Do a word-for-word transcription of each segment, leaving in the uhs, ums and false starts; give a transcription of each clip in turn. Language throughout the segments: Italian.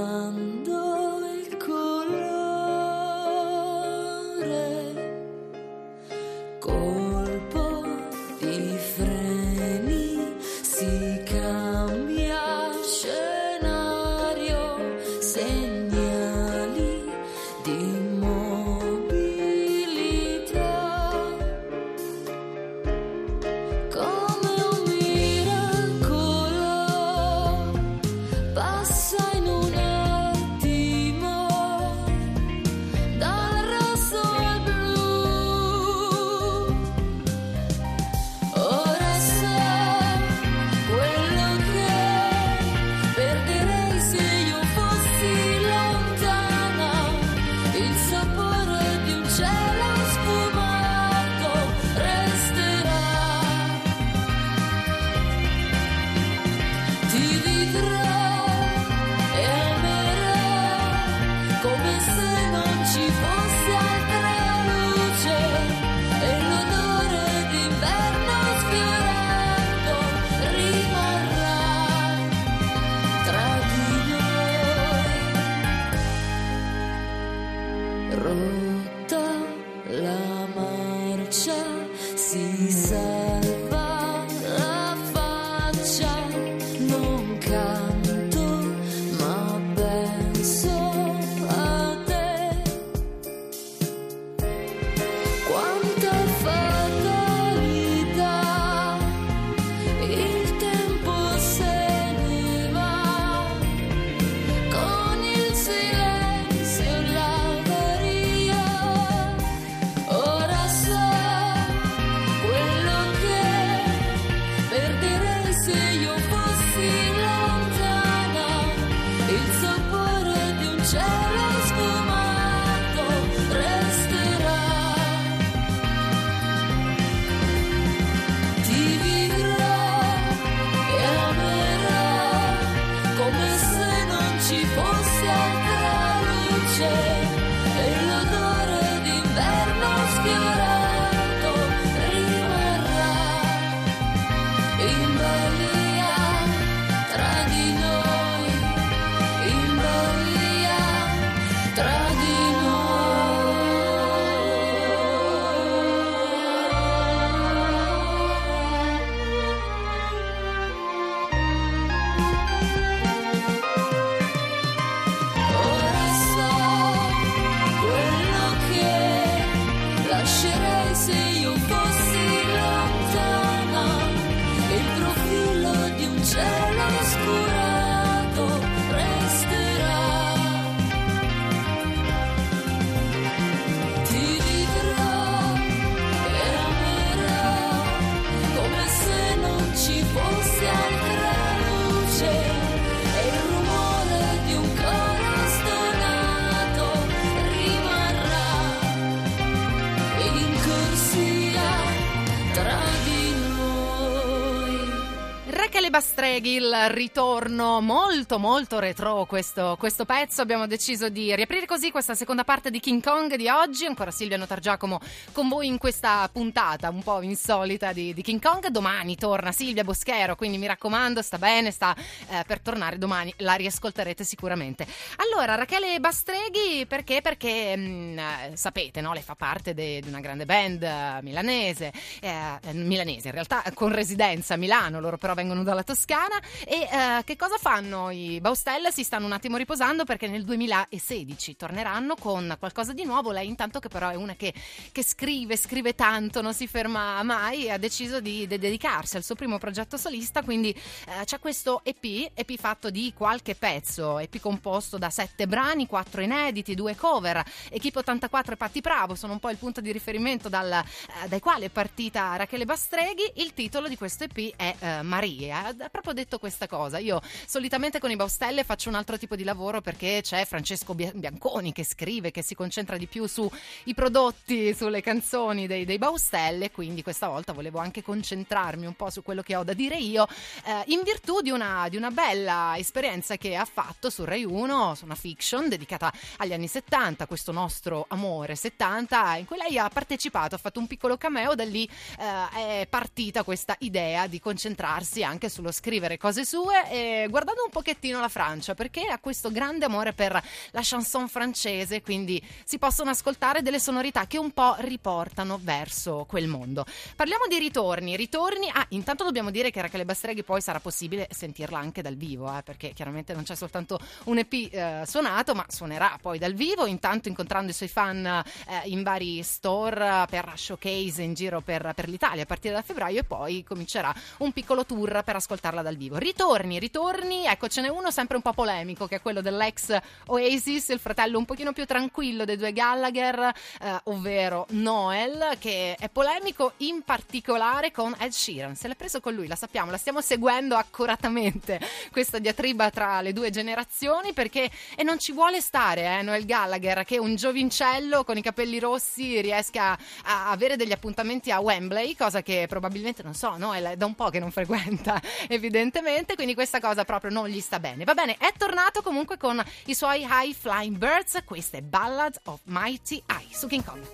cambiando il colore, colpo di freni, si cambia scenario, segnali di Bastreghi, il ritorno molto molto retro questo, questo pezzo. Abbiamo deciso di riaprire così questa seconda parte di King Kong di oggi. Ancora Silvia Notargiacomo con voi in questa puntata un po' insolita di, di King Kong. Domani torna Silvia Boschero, quindi mi raccomando, sta bene, sta eh, per tornare domani, la riascolterete sicuramente. Allora, Rachele Bastreghi, perché? Perché mh, sapete, no? Lei fa parte di una grande band uh, milanese, eh, milanese in realtà con residenza a Milano, loro però vengono dalla Toscana. E uh, che cosa fanno i Baustelle? Si stanno un attimo riposando perché nel duemilasedici torneranno con qualcosa di nuovo. Lei intanto, che però è una che, che scrive, scrive tanto, non si ferma mai, ha deciso di, di dedicarsi al suo primo progetto solista, quindi uh, c'è questo E P, E P fatto di qualche pezzo, E P composto da sette brani, quattro inediti, due cover. Equipe ottantaquattro e Patti Bravo sono un po' il punto di riferimento dal, uh, dai quali è partita Rachele Bastreghi. Il titolo di questo E P è uh, Maria. Ha proprio detto questa cosa. Io solitamente con i Baustelle faccio un altro tipo di lavoro, perché c'è Francesco Bianconi che scrive, che si concentra di più sui prodotti, sulle canzoni dei, dei Baustelle, quindi questa volta volevo anche concentrarmi un po' su quello che ho da dire io, eh, in virtù di una, di una bella esperienza che ha fatto su Rai uno, su una fiction dedicata agli anni settanta, questo nostro amore settanta, in cui lei ha partecipato, ha fatto un piccolo cameo. Da lì eh, è partita questa idea di concentrarsi anche sullo scrivere scrivere cose sue, e guardando un pochettino la Francia, perché ha questo grande amore per la chanson francese, quindi si possono ascoltare delle sonorità che un po' riportano verso quel mondo. Parliamo di ritorni, ritorni, ah, intanto dobbiamo dire che Rachele Bastreghi poi sarà possibile sentirla anche dal vivo, eh, perché chiaramente non c'è soltanto un E P eh, suonato, ma suonerà poi dal vivo, intanto incontrando i suoi fan eh, in vari store per showcase in giro per, per l'Italia a partire da febbraio, e poi comincerà un piccolo tour per ascoltarla dal vivo. Ritorni, ritorni, ecco, ce n'è uno sempre un po' polemico, che è quello dell'ex Oasis, il fratello un pochino più tranquillo dei due Gallagher, eh, ovvero Noel, che è polemico in particolare con Ed Sheeran. Se l'è preso con lui, la sappiamo, la stiamo seguendo accuratamente, questa diatriba tra le due generazioni, perché e non ci vuole stare eh, Noel Gallagher, che un giovincello con i capelli rossi riesca a avere degli appuntamenti a Wembley, cosa che probabilmente, non so, Noel è da un po' che non frequenta evidentemente, quindi questa cosa proprio non gli sta bene. Va bene, è tornato comunque con i suoi High Flying Birds, questa è Ballad of Mighty Eye su King Kong.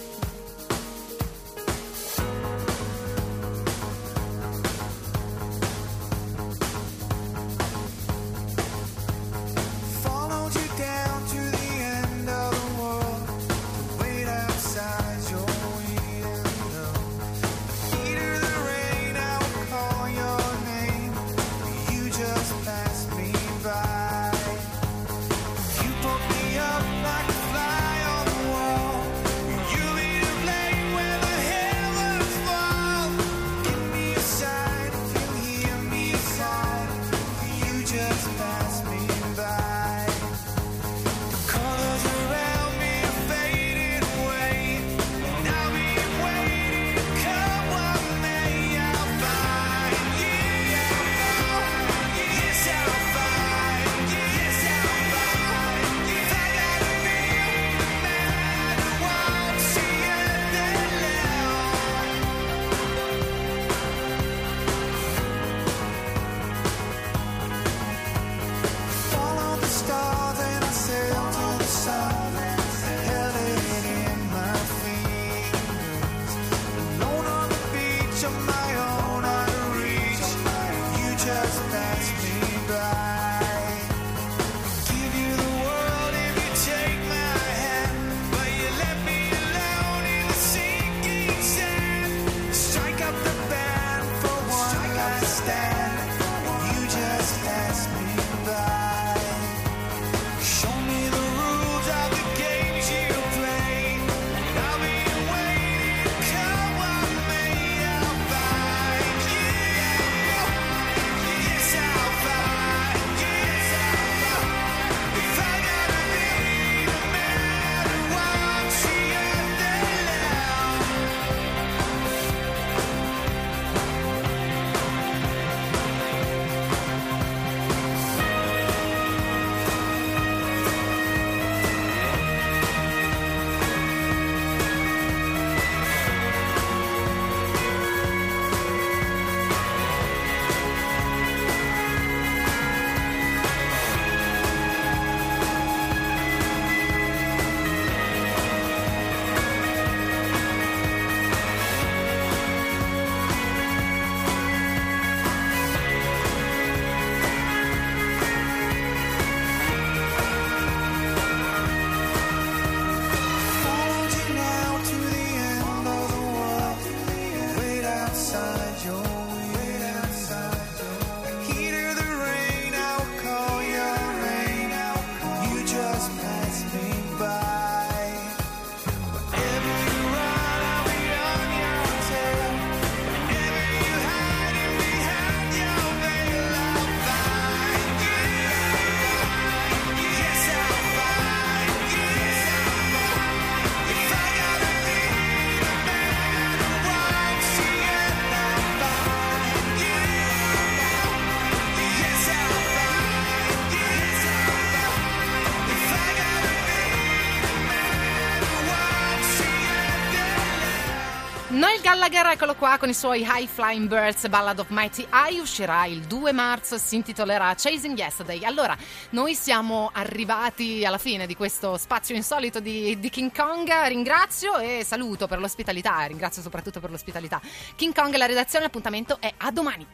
Noel Gallagher, eccolo qua con i suoi High Flying Birds, Ballad of Mighty Eye, uscirà il due marzo, si intitolerà Chasing Yesterday. Allora, noi siamo arrivati alla fine di questo spazio insolito di, di King Kong. Ringrazio e saluto per l'ospitalità, ringrazio soprattutto per l'ospitalità King Kong e la redazione. Appuntamento è a domani.